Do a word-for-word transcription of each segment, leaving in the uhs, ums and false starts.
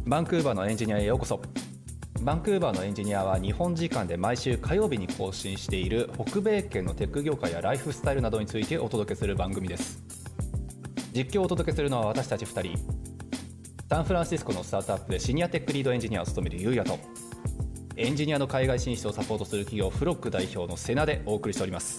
バンクーバーのエンジニアへようこそ。バンクーバーのエンジニアは日本時間で毎週火曜日に更新している北米圏のテック業界やライフスタイルなどについてお届けする番組です。実況をお届けするのは私たちふたり。サンフランシスコのスタートアップでシニアテックリードエンジニアを務めるゆうやと、エンジニアの海外進出をサポートする企業フロック代表のセナでお送りしております。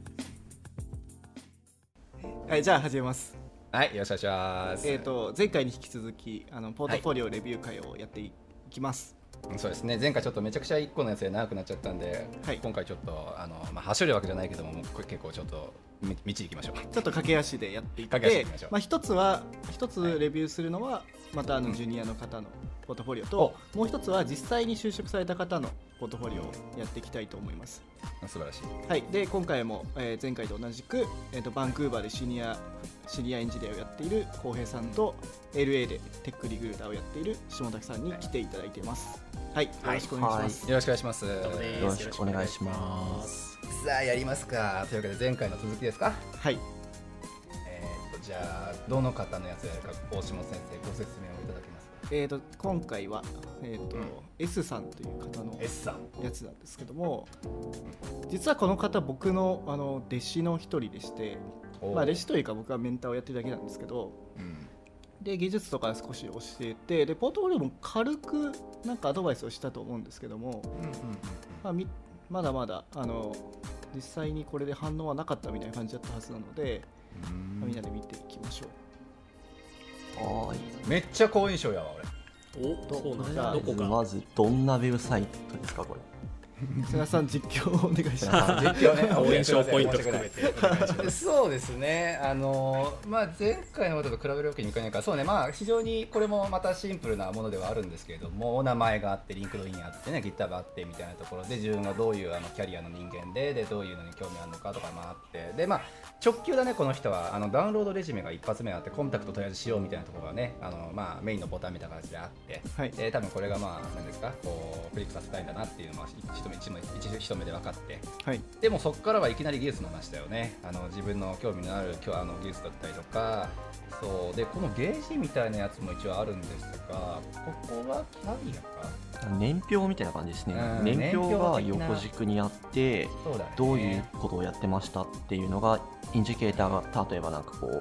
はい、じゃあ始めます。 はい、よろしくお願いします。 えーと、前回に引き続きあのポートフォリオレビュー会をやっていきます。 はい、そうですね。前回ちょっとめちゃくちゃいっこのやつで長くなっちゃったんで、はい、今回ちょっとあの、まあ、走るわけじゃないけども、もう結構ちょっと道行きましょう。 ちょっと駆け足でやっていって、まあ、一つは一つレビューするのは、はい、またあのジュニアの方のポートフォリオと、うん、もう一つは実際に就職された方のポートフォリオをやっていきたいと思います。 素晴らしい。 はい、で今回も、えー、前回と同じく、えーと、バンクーバーでシニアシニアエンジニアをやっている浩平さんと エルエー でテックリクルーターをやっている下滝さんに来ていただいています。はい、よろしくお願いします。 はい、よろしくお願いします。よろしくお願いします。 さあやりますか。というわけで前回の続きですか。 はい。 えー、とじゃあどの方のやつやるか大下先生ご説明をいただけますか。 えー、と今回は、えーとうん、S さんという方のやつなんですけども、実はこの方僕の、あの弟子の一人でして、まあ、弟子というか僕はメンターをやってるだけなんですけど、うん、で技術とか少し教えて、でポートフォリオも軽くなんかアドバイスをしたと思うんですけども、うんうんうんまあ、みまだまだあの実際にこれで反応はなかったみたいな感じだったはずなので、うんまあ、みんなで見ていきましょう。 はい、めっちゃ好印象やわ俺。お、そうなんだ。どこか。まずどんなウェブサイトですかこれ。 瀬名さん実況をお願いします。 実況ね。 好印象ポイント含めて。 そうですね。あのまあ前回のことと比べるわけにいかないから、そうね。まあ非常にこれもまたシンプルなものではあるんですけれども、お名前があってリンクドインあってね、GitHub あってみたいなところで自分がどういうあのキャリアの人間で、でどういうのに興味あるのかとかもあって、でまあ直球だねこの人はあのダウンロードレジュメが一発目あってコンタクトとりあえずしようみたいなところがね、あのまあメインのボタンみたいな形であって、はい、で多分これがまあ何ですかこうクリックさせたいんだなっていうのは一目一目一目で分かって、はい、でもそこからはいきなり技術の話だよね。あの自分の興味のある今日あの技術だったりとか、そうでこのゲージみたいなやつも一応あるんですが、ここはキャリアか年表みたいな感じですね。うん、年表が横軸にあって、ね、どういうことをやってましたっていうのがインジケーターが例えばなんかこう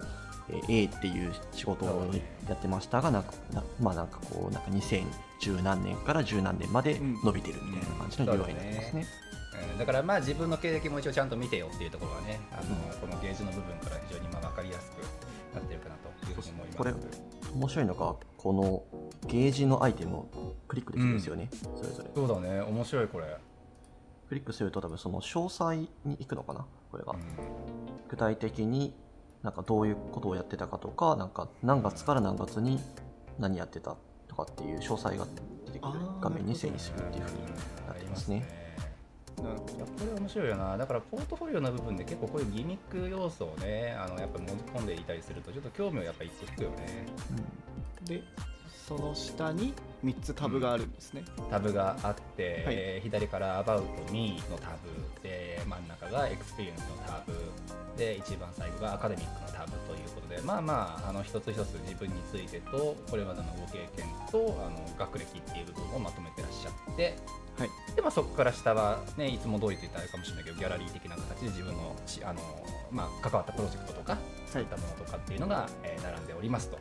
A っていう仕事をやってましたがなんかまあなんかこうなんかにせんじゅう何年からじゅう何年まで伸びてるみたいな感じの ユーアイ になってますね。 うん、だからまあ自分の経歴も一応ちゃんと見てよっていうところはね、あの、うん、このゲージの部分から非常にまあ分かりやすくなってるかなというふうに思います。 これ面白いのがこのゲージのアイテムをクリックできるんですよね、うん、それぞれ。 そうだね、面白いこれ。 クリックすると多分その詳細に行くのかなこれが、うん、具体的になんかどういうことをやってたかとか、なんか何月から何月に何やってたとかっていう詳細が出てくる画面に整理するっていう風になってますね。 なるほど。これ面白いよな。だからポートフォリオの部分で結構こういうギミック要素をね、あのやっぱり盛り込んでいたりするとちょっと興味をやっぱり一個引くよね。 うん、でその下にみっつタブがあるんですね。 うん、タブがあって、はいえー、左から About Me のタブで、真ん中が Experience のタブで、一番最後が Academic のタブということで、まあまあ、あの一つ一つ自分についてとこれまでのご経験とあの学歴っていう部分をまとめてらっしゃって、はいでまあ、そこから下は、ね、いつも通りと言ったらあれかもしれないけどギャラリー的な形で自分の、あの、まあ、関わったプロジェクトとかそういったものとかっていうのが、えー、並んでおりますと。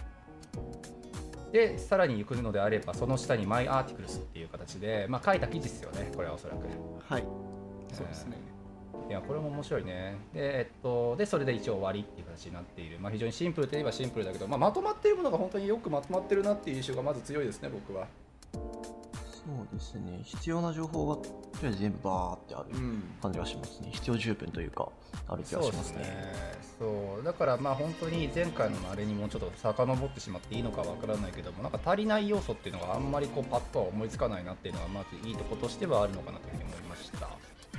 でさらに行くのであればその下に My Articles っていう形で、まあ、書いた記事ですよねこれはおそらく。 はいそうですね、 いやこれも面白いね。で、えっと、でそれで一応終わりっていう形になっている、まあ、非常にシンプルといえばシンプルだけど、まあ、まとまっているものが本当によくまとまってるなっていう印象がまず強いですね僕は。 そうですね、必要な情報はとりあえず全部バーってある感じがしますね、うん、必要十分というかある気がしますね。 そうですね、そうだからまあ本当に前回のあれにもうちょっと遡ってしまっていいのかわからないけども、なんか足りない要素っていうのがあんまりこうパッとは思いつかないなっていうのがまずいいところとしてはあるのかなというふうに思いました。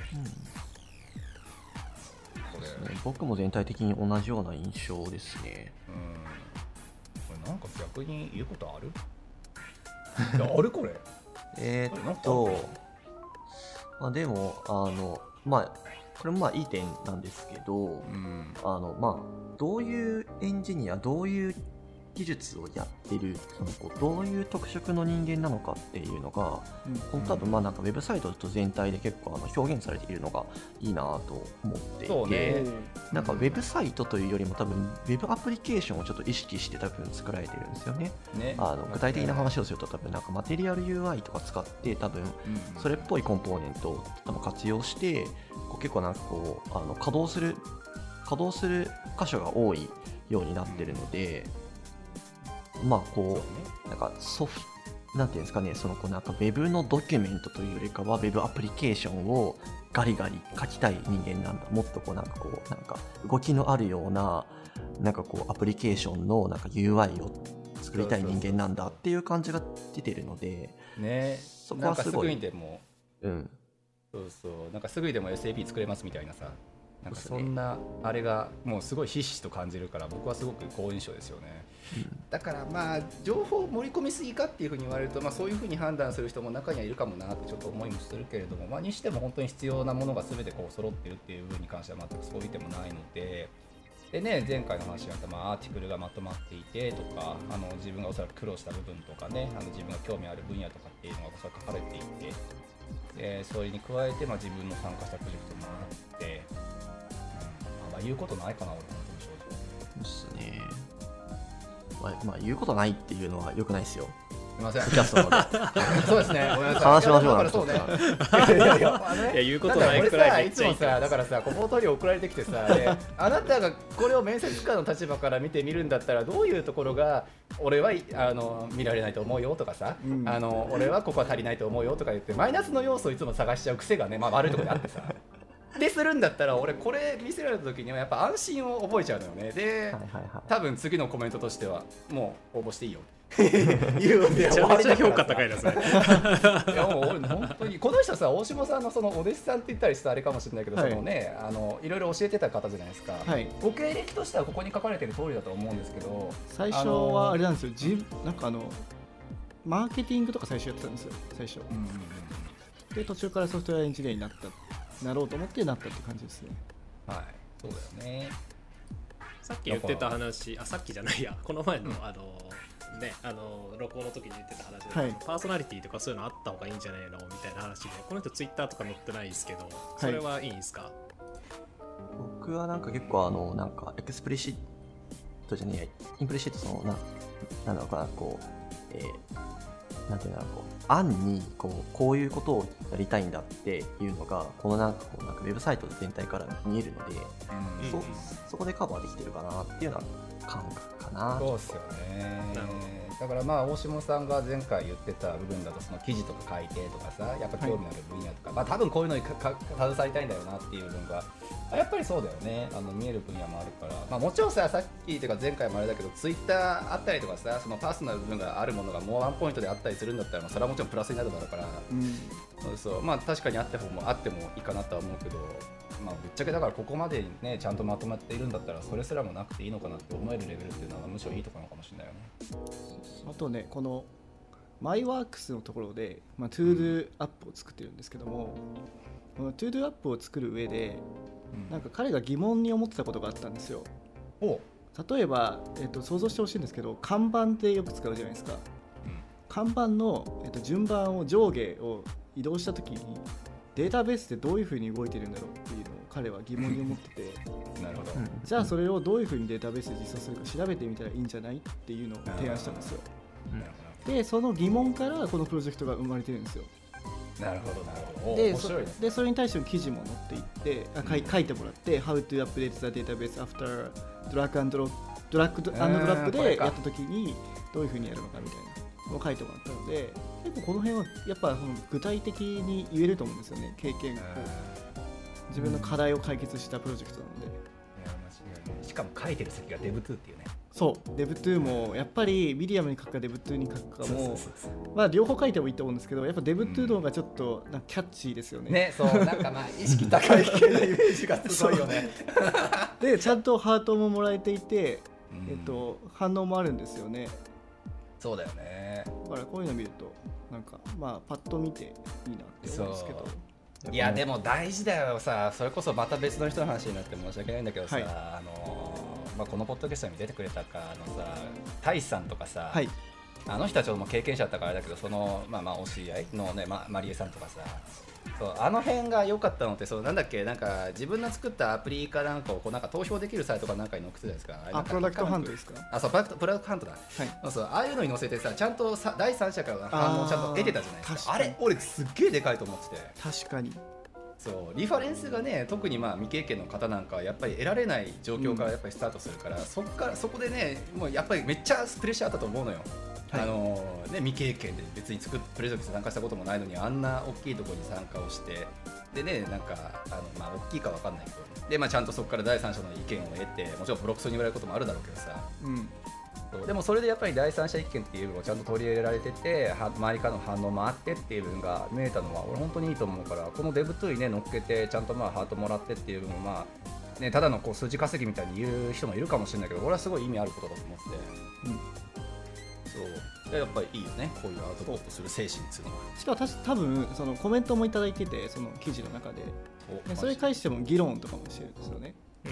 うん、僕も全体的に同じような印象ですね。 うん、これなんか逆に言うことあるあるこれえーっとまあ、でもあのまあこれもまあいい点なんですけど、うん、あのまあどういうエンジニアどういう技術をやってるそのこうどういう特色の人間なのかっていうのが、うん、多分まあなんかウェブサイトと全体で結構あの表現されているのがいいなと思っていて、そうね、なんかウェブサイトというよりも多分ウェブアプリケーションをちょっと意識して多分作られてるんですよね。ね、あの具体的な話をすると多分なんかマテリアル ユーアイ とか使って多分それっぽいコンポーネントを多分活用してこう結構なんかこうあの稼働する稼働する箇所が多いようになってるので、まあこうなんかソフトなんていうんですかね、そのこうなんか Web のドキュメントというよりかは Web アプリケーションをガリガリ書きたい人間なんだ、もっとこうなんかこうなんか動きのあるようななんかこうアプリケーションのなんか ユーアイ を作りたい人間なんだっていう感じが出てるので、 ね、そこはすごい、なんかすぐにでも、 うん、 そうそうなんかすぐにでも エスエーピー 作れますみたいなさ、なんかそんなあれがもうすごいひしひしと感じるから僕はすごく好印象ですよね。だからまあ情報を盛り込みすぎかっていうふうに言われると、まあ、そういうふうに判断する人も中にはいるかもなってちょっと思いもするけれども、まあ、にしても本当に必要なものが全てこう揃ってるっていう部分に関しては全くそう言ってもないので、でね、前回の話があった、まあ、アーティクルがまとまっていてとか、あの自分がおそらく苦労した部分とかね、あの自分が興味ある分野とかっていうのがおそらく書かれていて、でそれに加えて、まあ、自分の参加したプロジェクトもあって、うん、まあ言うことないかな、俺本当に正直。 そうですね。まあ、まあ、言うことないっていうのは良くないですよ。 すみません。 キャストので。 そうですね。ごめんなさい。 話しましょう。 だからそうね。いやいやいや、あのね、 いや言うことないくらいめっちゃいい。 いつもさ、だからさ、こうポートフォリオ送られてきてさ、で、あなたがこれを面接官の立場から見てみるんだったらどういうところが俺はあの見られないと思うよとかさ、うん、あの俺はここは足りないと思うよとか言ってマイナスの要素をいつも探しちゃう癖がね、まあ悪いところであってさ。でするんだったら俺これ見せられた時にはやっぱ安心を覚えちゃうのよね。で、はいはいはい、多分次のコメントとしてはもう応募していいよ言うんで、 めちゃめちゃ評価高いですね。 いやもう俺本当にこの人さ、大下さんのそのお弟子さんって言ったりしたらあれかもしれないけど、はい、そのね、あのいろいろ教えてた方じゃないですか、はい、ご経歴としてはここに書かれてる通りだと思うんですけど、 最初はあれなんですよ、じなんかあのマーケティングとか最初やってたんですよ、最初、うんうんうん、で途中からソフトウェアエンジニアになったなろうと思ってなったって感じですね。 はい、そうだよね。 さっき言ってた話、あ、さっきじゃないや、この前の、うん、あのね、あの録音の時に言ってた話で、はい、パーソナリティとかそういうのあった方がいいんじゃないのみたいな話で、この人ツイッターとか載ってないですけど、それはいいんですか？はい、 僕はなんか結構あのなんかエクスプリシットじゃねえや、インプリシットそのななんだろうかな、こう、えー、なんていうんだろう、こう案にこうこういうことをやりたいんだっていうのがこのなんかこうなんかウェブサイト全体から見えるので、うん、そ, そこでカバーできてるかなっていうような感覚かな。 そうですよね。だからまあ大下さんが前回言ってた部分だと、その記事とか書いてとかさ、やっぱ興味ある分野とか、はい、まあ多分こういうのにかか携わりたいんだよなっていう部分がやっぱりそうだよね。あの見える分野もあるから、まあ、もちろんさ、さっきというか前回もあれだけどツイッターあったりとかさ、そのパーソナル部分があるものがもうワンポイントであったりするんだったら、まあ、それはもちろんプラスになるだろうから、うん、そうそう、まあ確かにあった方もあってもいいかなとは思うけど、まあ、ぶっちゃけだからここまでねちゃんとまとまっているんだったらそれすらもなくていいのかなって思えるレベルっていうのはむしろいいところなのかもしれないよね。 あとね、このマイワークスのところで、まあ、トゥードゥアップを作ってるんですけども、このトゥードゥアップを作る上で、うん、なんか彼が疑問に思ってたことがあったんですよ。お例えば、えー、と想像してほしいんですけど、看板ってよく使うじゃないですか、うん、看板の、えー、と順番を上下を移動したときにデータベースってどういう風に動いてるんだろうっていうのを彼は疑問に思っててなるほど、 じゃあそれをどういう風にデータベースで実装するか調べてみたらいいんじゃないっていうのを提案したんですよ。でその疑問からこのプロジェクトが生まれてるんですよ。 なるほどなるほど。 で、そ, でそれに対しての記事も載っていって、あ 書, い書いてもらって How to update the database after drag and drop, drag and drop でやった時にどういう風にやるのかみたいなのを書いてもらったので、結構この辺はやっぱ具体的に言えると思うんですよね。経験を自分の課題を解決したプロジェクトなので。いや間違いない。しかも書いてる先が デブツー っていうね。 そう デブツー もやっぱりミディアムに書くか デブツー に書くかもまあ両方書いてもいいと思うんですけど、やっぱ デブツー の方がちょっとなんかキャッチーですよね。 うん、ね、そうなんかまあ意識高い系のイメージがすごいよね。 でちゃんとハートももらえていて、えっと反応もあるんですよね。 そうだよね。 だからこういうの見るとなんかまあパッと見ていいなって思うんですけど。 いやでも大事だよさ。それこそまた別の人の話になって申し訳ないんだけどさ、はい、あのまあ、このポッドキャストに出てくれたかあのさタイさんとかさ、 はい、 あの人たちも経験者だったからあれだけどその、まあ、まあお知り合いの、ねま、マリエさんとかさそうあの辺が良かったのってそうなんだっけなんか自分の作ったアプリかなんかをこうなんか投票できるサイトかなんかに載ってたじゃないですか。 あプロダクトハントですか。 あそうプロダクトプロダクトハントだ、はい、そうそうああいうのに載せてさちゃんとさ第三者からの反応をちゃんと得てたじゃないですか。 あ, あれ俺すっげえでかいと思ってて確かにそうリファレンスがね特にまあ未経験の方なんかはやっぱり得られない状況からやっぱりスタートするから、うん、そこからそこでねもうやっぱりめっちゃプレッシャーあったと思うのよ。はい、あのね、未経験で別に作っプレゼントに参加したこともないのにあんな大きいところに参加をしてでねなんかあの、まあ、大きいか分かんないけどで、まあ、ちゃんとそこから第三者の意見を得てもちろんブロック層に言われることもあるだろうけどさ、うん、そうでもそれでやっぱり第三者意見っていう部分をちゃんと取り入れられてて周りからの反応もあってっていう部分が見えたのは俺本当にいいと思うからこのデブトゥーにね乗っけてちゃんとまあハートもらってっていう部分もまあねただのこう数字稼ぎみたいに言う人もいるかもしれないけど俺はすごい意味あることだと思ってて、うんそうやっぱりいいよねこういうアウトプットする精神っていうのは。 しかも多分そのコメントもいただいててその記事の中でそれに対しても議論とかもしてるんですよね、うん、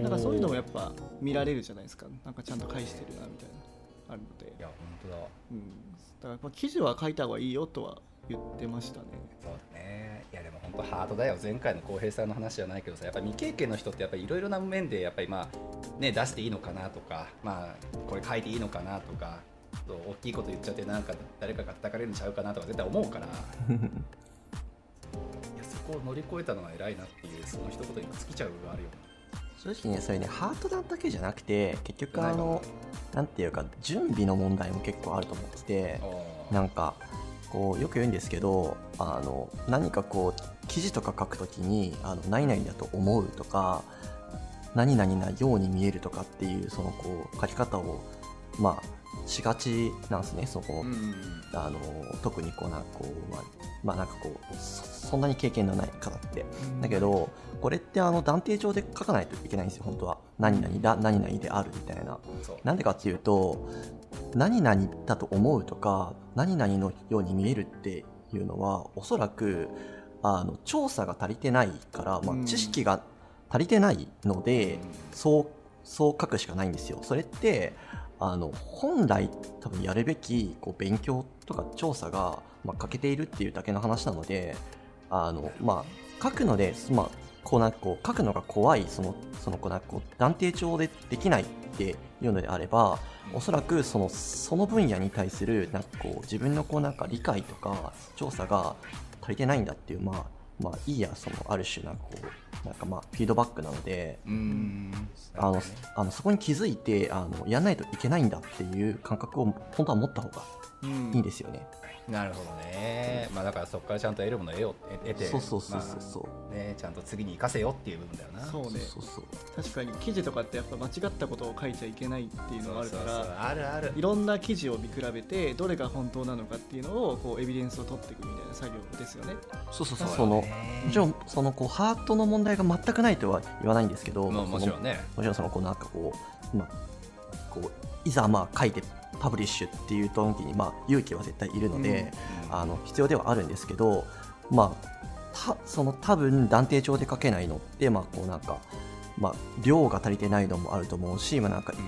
なんかそういうのもやっぱ見られるじゃないですか。なんかちゃんと返してるなみたいなあるので。 いや本当だ、 うん、だからやっぱ記事は書いた方がいいよとは言ってましたね。 そうだね。いやでも本当ハートだよ。前回の浩平さんの話じゃないけどさやっぱり未経験の人ってやっぱりいろいろな面でやっぱりまあね出していいのかなとかまあこれ書いていいのかなとか大きいこと言っちゃってなんか誰かが叩かれるんちゃうかなとか絶対思うからいやそこを乗り越えたのは偉いなっていうその一言に尽きちゃう部分あるよ。 正直ねそれねハートだけじゃなくて結局あのなんていうか準備の問題も結構あると思っててなんかこうよく言うんですけどあの何かこう記事とか書くときにあの何々だと思うとか何々なように見えるとかっていうそのこう書き方をまあしがちなんですね。そこ、うん、あの特にこうなんかこう、まあ、まあなんかこう そ, そんなに経験のない方って、うん、だけどこれってあの断定帳で書かないといけないんですよ本当は。何々だ何々であるみたいな。なんでかっていうと何々だと思うとか何々のように見えるっていうのはおそらくあの調査が足りてないから、まあ、知識が足りてないので、うん、そうそう書くしかないんですよ。それってあの本来多分やるべきこう勉強とか調査が、まあ、欠けているっていうだけの話なのであの、まあ、書くので、まあ、こうなんかこう書くのが怖いそのそのこうなんかこう断定帳でできないっていうのであればおそらくそのその分野に対するなんかこう自分のこうなんか理解とか調査が足りてないんだっていうまあまあいいやそのある種なんかこうなんかまあフィードバックなのでうーんあのあのそこに気づいてあのやらないといけないんだっていう感覚を本当は持った方がいいんですよね。 なるほどね、まあ、だからそこからちゃんと得るものを得よう得てそうそうそうそうそう、 まあね、ちゃんと次に生かせよっていう部分だよな。 そうねそうそう確かに記事とかってやっぱ間違ったことを書いちゃいけないっていうのがあるからそうそうそうあるあるいろんな記事を見比べてどれが本当なのかっていうのをこうエビデンスを取っていくみたいな作業ですよね。 そうそうそうそのもちろんそのこうハートの問題が全くないとは言わないんですけど、 まあ、もちろんねもちろんそのこうなんかこう、まあ、こういざまあ書いてパブリッシュっていう時にまあ勇気は絶対いるので、うん、あの必要ではあるんですけど、まあ、たその多分断定帳で書けないのって、まあこうなんかまあ、量が足りてないのもあると思うし、まあなんかうん、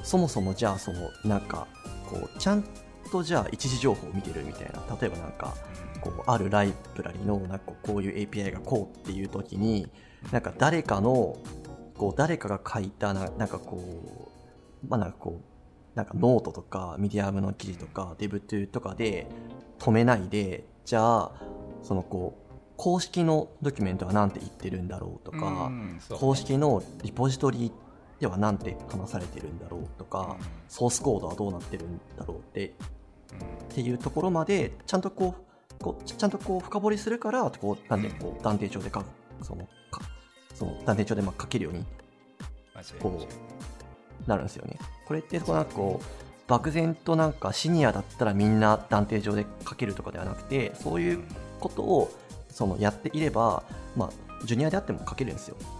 そもそもじゃあそのなんかこうちゃんとじゃあ一時情報を見てるみたいな例えばなんかこうあるライブラリのなんかこういう エーピーアイ がこうっていう時になんか誰かのこう誰かが書いたななんかこうまあなんかこうなんかノートとかミディアムの記事とかデブトゥとかで止めないでじゃあそのこう公式のドキュメントは何て言ってるんだろうとか、うんそうね、公式のリポジトリでは何て話されてるんだろうとか、うん、ソースコードはどうなってるんだろうって、うん、っていうところまでちゃんとこう、こうちゃんとこう深掘りするからこうなんでこう断定帳で書くそのかその断定帳でまあ書けるようにこうなるんですよね。これってこうなんかこう漠然となんかシニアだったらみんな断定帳で書けるとかではなくてそういうことをそのやっていれば、まあ、ジュニアであっても書けるんですよ。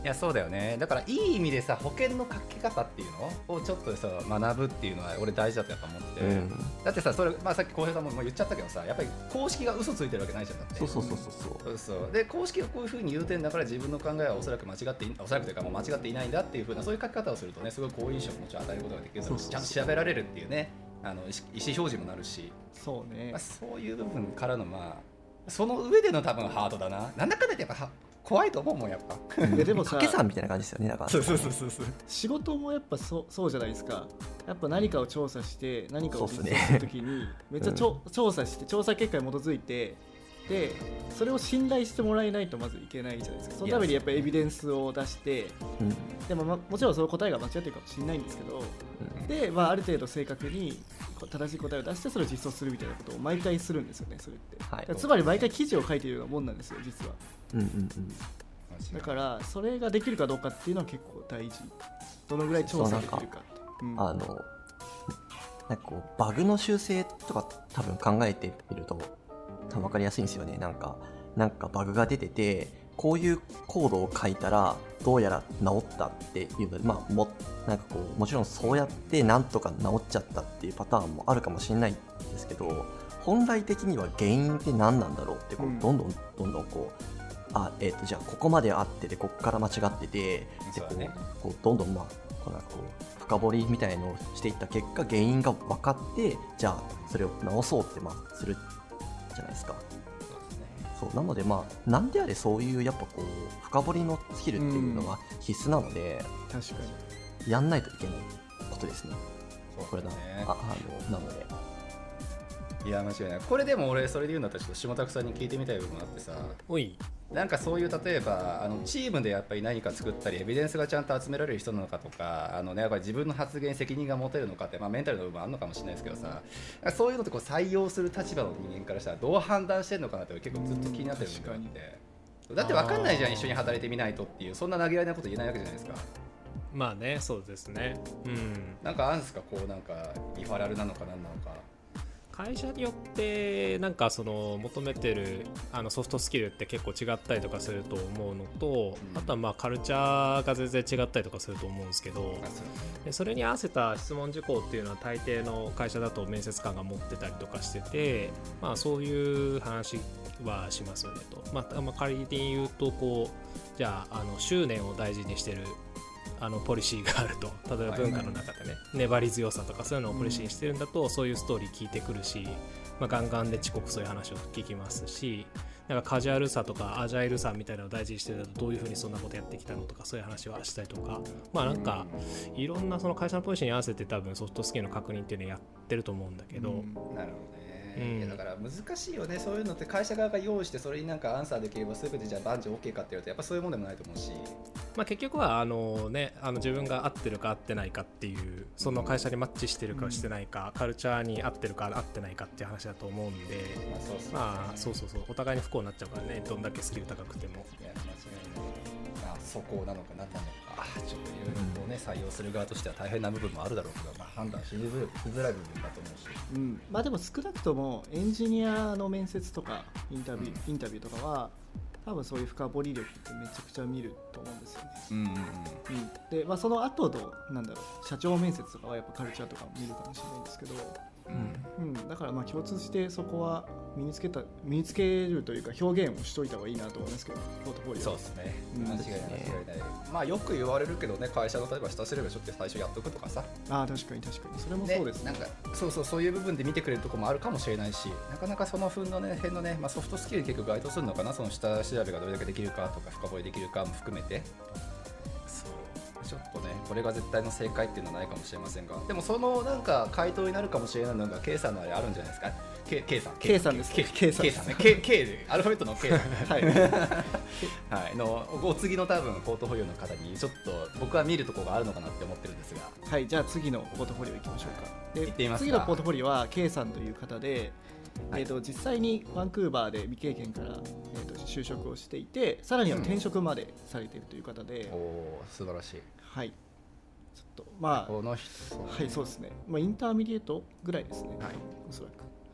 いやそうだよね。だからいい意味でさ保険のかけ方っていうのをちょっとさ学ぶっていうのは俺大事だとやっぱ思ってて、うん、だってさそれ、まあ、さっき浩平さんも言っちゃったけどさやっぱり公式が嘘ついてるわけないじゃん。だってそうそうそうそうそうで公式がこういう風に言うてんだから自分の考えはおそらく間違っていおそらくというかもう間違っていないんだっていう風なそういう書き方をするとねすごい好印象をもちろん与えることができるしちゃんと調べられるっていうねあの意思表示もなるしそうね、 まあ、そういう部分からのまあその上での多分ハートだな。なんだかんだってやっぱ怖いと思うもんやっぱ。 いやでもさ掛け算みたいな感じですよね。だからそうそうそうそうそう。 仕事もやっぱそ う, そうじゃないですか。やっぱ何かを調査して何かを実装するときにめっちゃ、うん、調査して調査結果に基づいてでそれを信頼してもらえないとまずいけないじゃないですか。そのためにやっぱりエビデンスを出して、うん、でも、ま、もちろんその答えが間違ってるかもしれないんですけど、うん、で、まあ、ある程度正確に正しい答えを出してそれを実装するみたいなことを毎回するんですよねそれって、はい、つまり毎回記事を書いているようなもんなんですよ実は、うんうんうん、だからそれができるかどうかっていうのは結構大事。どのぐらい調査できるか、 うん、あのなんかこうバグの修正とか多分考えてみると多分分かりやすいんですよね。なんかなんかバグが出ててこういうコードを書いたらどうやら治ったっていうので、まあ、も, なんかこうもちろんそうやってなんとか治っちゃったっていうパターンもあるかもしれないんですけど本来的には原因って何なんだろうってこうどんどんどんどんこうあ、えー、とじゃあここまであっててここから間違っててでこう、ね、こうどんどん、まあ、こうなんかこう深掘りみたいのをしていった結果原因が分かってじゃあそれを直そうってまあするじゃないですか。そうなのでまあなんであれそういうやっぱこう深掘りのスキルっていうのが必須なので、 うん、確かにやんないといけないことですね。 そうこれだ、ね、ああのなのでいや間違いない。これでも俺それで言うんだったらちょっと下拓さんに聞いてみたい部分があってさおいなんかそういう例えばあのチームでやっぱり何か作ったりエビデンスがちゃんと集められる人なのかとかあの、ね、やっぱり自分の発言に責任が持てるのかって、まあ、メンタルの部分あるのかもしれないですけどさそういうのってこう採用する立場の人間からしたらどう判断してるのかなって結構ずっと気になってる部分があってだって分かんないじゃん一緒に働いてみないとっていうそんな投げやりなこと言えないわけじゃないですか。 まあねそうですね。うんなんかあるんですかこうなんかリファラルなのか何なのか。 会社によってなんかその求めてるあのソフトスキルって結構違ったりとかすると思うのと、うん、あとはまあカルチャーが全然違ったりとかすると思うんですけどでそれに合わせた質問事項っていうのは大抵の会社だと面接官が持ってたりとかしてて、まあ、そういう話はしますよねと、まあ、まあ仮に言うとこうじゃあ、あの執念を大事にしてるあのポリシーがあると例えば文化の中でね、はい、粘り強さとかそういうのをポリシーにしてるんだと、うん、そういうストーリー聞いてくるし、まあ、ガンガンで遅刻そういう話を聞きますしなんかカジュアルさとかアジャイルさみたいなのを大事にしてるとどういうふうにそんなことやってきたのとかそういう話はしたりとかまあなんかいろんなその会社のポリシーに合わせて多分ソフトスキルの確認っていうのをやってると思うんだけど、うん、 なるほどね。うん、いやだから難しいよねそういうのって会社側が用意してそれになんかアンサーできれば全てじゃあ万事 OK かって言うとやっぱそういうもんでもないと思うし、 まあ、結局はあの、ね、あの自分が合ってるか合ってないかっていうその会社にマッチしてるかしてないか、うん、カルチャーに合ってるか合ってないかっていう話だと思うんで、まあそうそうね、まあそうそうそうお互いに不幸になっちゃうからねどんだけスキル高くても。 いや間違いない。あそこなのか何なのかちょっといろいろね採用する側としては大変な部分もあるだろうけど、まあ、判断しづらい部分だと思うし、 うんまあ、でも少なくともエンジニアの面接とかインタビュー、うん、インタビューとかは多分そういう深掘り力ってめちゃくちゃ見ると思うんですよね、うんうんうんうん、で、まあ、その後のなんだろう社長面接とかはやっぱカルチャーとか見るかもしれないんですけど、うんうん、だからまあ共通してそこは身につけた身につけるというか表現をしといた方がいいなと思いますけどポートフォリオそうですね、うん、間違いない間違いない。まあよく言われるけどね会社の例えば下調べちょっと最初やっとくとかさあ確かに確かにそれもそうですね、 ねなんかそうそうそういう部分で見てくれるところもあるかもしれないしなかなかその分のね辺のね、まあ、ソフトスキルに結構該当するのかなその下調べがどれだけできるかとか深掘りできるかも含めてそうちょっとねこれが絶対の正解っていうのはないかもしれませんがでもそのなんか回答になるかもしれないのが K さんのあれあるんじゃないですか。 K, K さん K さんです K, K さん K さんね K, K でアルファベットの K さんはい、はい、のお次の多分ポートフォリオの方にちょっと僕は見るところがあるのかなって思ってるんですがはいじゃあ次のポートフォリオいきましょうか。で行ってみますか。 次のポートフォリオは K さんという方ではいえー、と実際にバンクーバーで未経験から、えー、と就職をしていてさらには転職までされているという方で、 うん、お素晴らしい。 はいちょっとまあこの人はいそうですね、まあ、インターミディエートぐらいですね、 はい、 おそらく、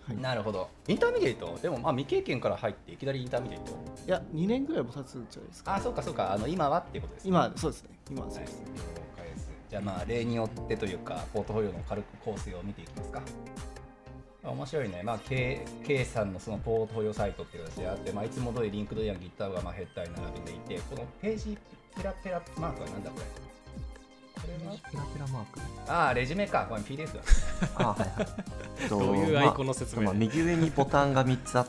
はい、なるほど。インターミディエイトでもまあ未経験から入っていきなりインターミディエイト、 いやにねんぐらいも経つんじゃないですか。 あ、そうかそうか、あの今はっていうことですね。 今そうですね、今はそうです、ね。 はい、じゃあまあ例によってというかポートフォリオの軽く構成を見ていきますか。面白いね。まあ K, K さんのそのポートフォリオサイトっていう形であって、まあ、いつも通りリンクドインや GitHub がまあヘッダーに並べていて、このページペラペラマークはなんだこれ。これはペラペラマーク。 ああ、レジュメか。これ ピーディーエフ だ。 あ、はいはい。 どういうアイコンの説明、 まあ、右上にボタンがみっつあって、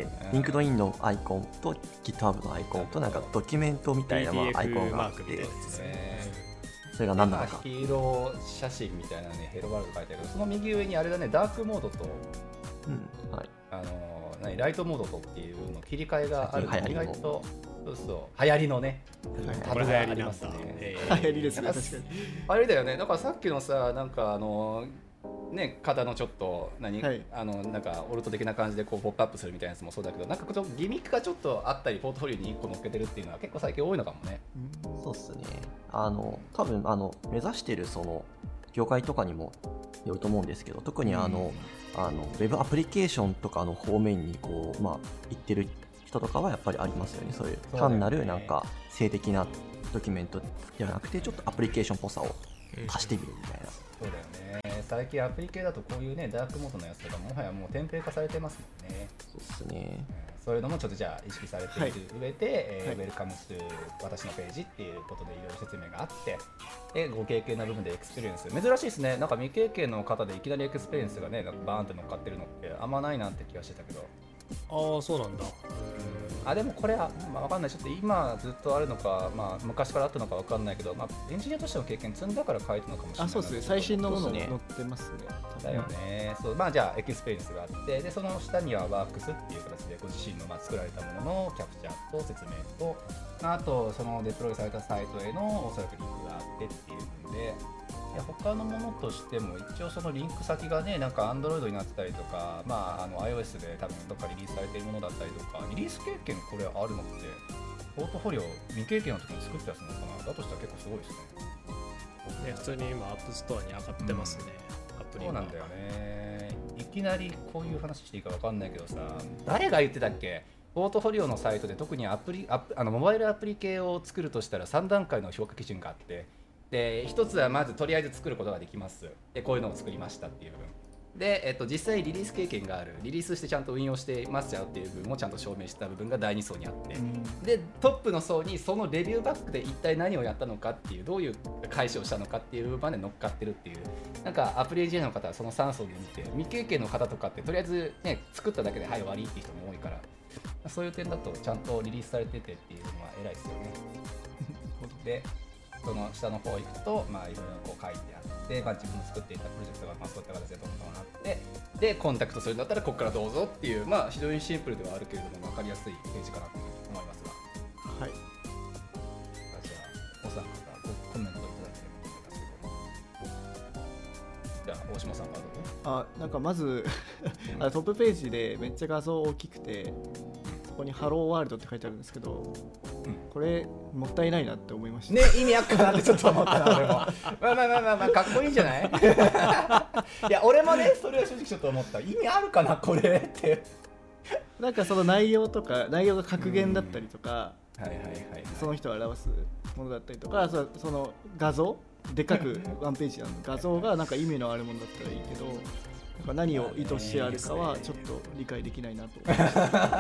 リンクドインのアイコンと GitHub のアイコンとなんかドキュメントみたいなまあアイコンがあって、それが何なのか。 ヒーロー写真みたいなね、ヘロワールド書いてあるけど、その右上にあれだね、ダークモードと、 うん、はい、 あの何ライトモードとっていうの切り替えがあるの意外と、そうそう流行りのね、 タブがありますね。 流行りですね、確かに。 あれだよね、だからさっきのさ、なんかあのね、型のちょっと何、はい、あのなんかオルト的な感じでこうポップアップするみたいなやつもそうだけど、なんかちょっとギミックがちょっとあったり、ポートフォリオにいっこ乗っけてるっていうのは結構最近多いのかもね。 うん、そうっすね。あの多分あの目指してるその業界とかにもよると思うんですけど、特にあの、うん、あのウェブアプリケーションとかの方面にこう、まあ、行ってる人とかはやっぱりありますよね。そういう単なるなんか性的なドキュメントではなくて、ちょっとアプリケーションっぽさを足してみるみたいな。 そうだよね。最近アプリ系だとこういうね、ダークモードのやつとかもはやもうテンプレ化されてますもんね。 そうですね。 そういうのもちょっとじゃあ意識されている上で、はい、えーはい、ウェルカムス私のページっていうことでいろいろ説明があって、でご経験な部分でエクスペリエンス、珍しいですね。なんか未経験の方でいきなりエクスペリエンスがね、なんかバーンって乗っかってるのってあんまないなって気がしてたけど。 ああ、そうなんだ。 あ、でもこれは、まあ、分かんない。ちょっと今ずっとあるのか、まあ、昔からあったのか分かんないけど、まあ、エンジニアとしての経験積んだから書いたのかもしれない。 あ、そうですね。最新のもの載ってますね。 だよね。そう、まあ、じゃあエクスペリエンスがあって、でその下にはワークスっていう形でご自身のまあ作られたもののキャプチャーと説明と、あとそのデプロイされたサイトへのおそらくリンクがあってっていうので、いや他のものとしても一応そのリンク先がね、なんか Android になってたりとか、まあ、あの iOS で多分どっかリリースされているものだったりとか、リリース経験これあるのってポートフォリオ未経験の時に作ったやつなのかな。だとしたら結構すごいですね。 ね、普通に今アップストアに上がってますね、うん、アプリそうなんだよね。いきなりこういう話していいか分かんないけどさ、誰が言ってたっけ、ポートフォリオのサイトで特にアプリアプあのモバイルアプリ系を作るとしたらさん段階の評価基準があって、でひとつはまずとりあえず作ることができます、でこういうのを作りましたっていう部分で、えっと、実際リリース経験がある、リリースしてちゃんと運用していますよっていう部分もちゃんと証明した部分がだいに層にあって、うん、でトップの層にそのレビューバックで一体何をやったのかっていう、どういう解消したのかっていう部分まで乗っかってるっていう、なんかアプリエンジニアの方はそのさん層で見て、未経験の方とかってとりあえずね作っただけではい終わりっていう人も多いから、そういう点だとちゃんとリリースされててっていうのは偉いですよね。でその下の方行くと、まあ、いろいろこう書いてあって、まあ、自分の作っていたプロジェクトがまあそういった形でどんどんあって、でコンタクトするんだったらここからどうぞっていう、まあ、非常にシンプルではあるけれども分かりやすいページかなと思いますが、 はい、 じゃあお三方コメントいただければと思いますけど、じゃあ大島さんからどうぞ。 あ、なんかまずあトップページでめっちゃ画像大きくて、そこにハローワールドって書いてあるんですけど、うん、これもったいないなって思いましたね。意味あっかなってちょっと思ったな俺も。まあまあまあまあ、まあ、かっこいいんじゃないいや俺もねそれは正直ちょっと思った。意味あるかなこれってなんかその内容とか内容が格言だったりとか、その人を表すものだったりとか、そ, その画像でっかくワンページの画像がなんか意味のあるものだったらいいけど、なんか何を意図してあるかはちょっと理解できないなと思いました。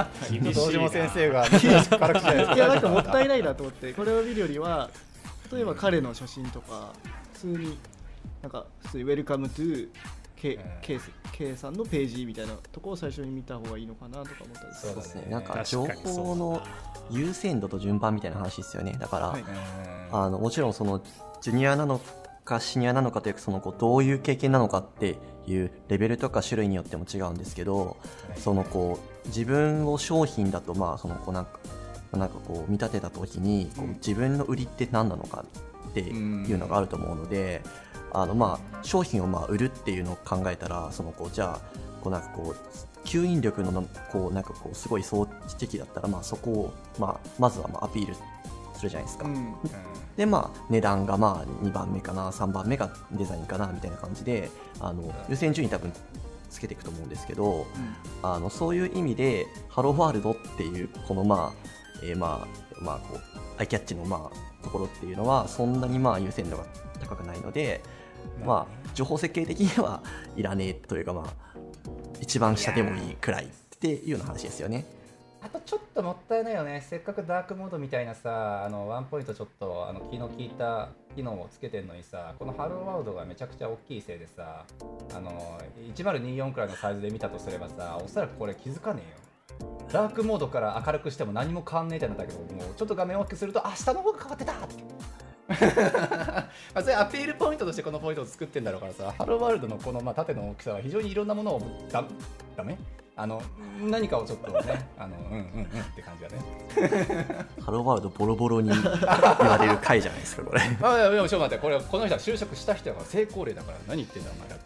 道島先生がいやなんかもったいないなと思って、これを見るよりは例えば彼の写真とか普通になんか普通にウェルカムトゥ K, K, K さんのページみたいなところを最初に見た方がいいのかなとか思ったんです。 そうですね。なんか情報の優先度と順番みたいな話ですよね。だから、はい、あのもちろんそのジュニアなのかシニアなのかというか、そのこうどういう経験なのかっていうレベルとか種類によっても違うんですけど、そのこう自分を商品だとまあそのこうなんかなんかこう見立てた時にこう自分の売りって何なのかっていうのがあると思うので、あのまあ商品をまあ売るっていうのを考えたら、そのこうじゃあこうなんかこう吸引力のこうなんかこうすごい装置的だったら、まあそこをまあまずはまあアピールするじゃないですか。うん、でまあ値段がまあにばんめかなさんばんめがデザインかなみたいな感じで、あの優先順位多分つけていくと思うんですけど、うん、あのそういう意味でハローワールドっていうこのまあ、えー、まあまあこうアイキャッチのまあところっていうのはそんなにまあ優先度が高くないので、まあ情報設計的にはいらねえというか、まあ一番下でもいいくらいっていうような話ですよね。 あとちょっともったいないよね。せっかくダークモードみたいなさ、あのワンポイントちょっとあの気の利いた機能をつけてんのにさ、このハローワールドがめちゃくちゃ大きいせいでさ、あのいちまるにじゅうよんくらいのサイズで見たとすればさ、おそらくこれ気づかねえよ。ダークモードから明るくしても何も変わんねえってなったけど、もうちょっと画面を大きくすると、あ、下の方が変わってたまあそれアピールポイントとしてこのポイントを作ってんだろうからさ、ハローワールドのこのまあ縦の大きさは非常にいろんなものをだダメあの何かをちょっとね、あのうんうんうんって感じだね。 ハローワールドボロボロに言われる回じゃないですかこれ。 あ、いやでもちょっと待って、これこの人は就職した人だから成功例だから、何言ってんだお前だって。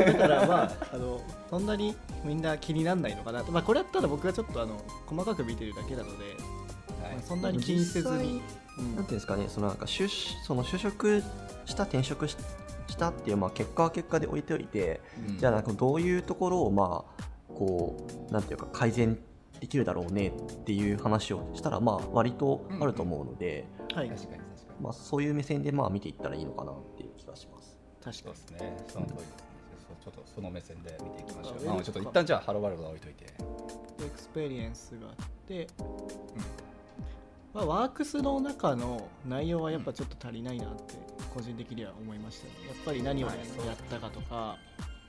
だからまああのそんなにみんな気にならないのかなと。まあこれだったら僕がちょっとあの細かく見てるだけなので、はい、まあ、そんなに気にせずに。 うん、なんていうんですかね、そのなんか 就, その就職した転職ししたっていう、まあ、結果は結果で置いておいて、うん、じゃあなんかどういうところをまあこうなんていうか改善できるだろうねっていう話をしたら、まあ割とあると思うので、 うんうん、はい、確かに確かに、 まあ、そういう目線でまあ見ていったらいいのかなっていう気がします。 確かにですね、その通りですね、うん、ちょっとその目線で見ていきましょう。まあ、ちょっと一旦じゃあハローワールドは置いといて、 エクスペリエンスがあって、うん、まあ、ワークスの中の内容はやっぱちょっと足りないなって個人的には思いましたね。やっぱり何をやったかとか、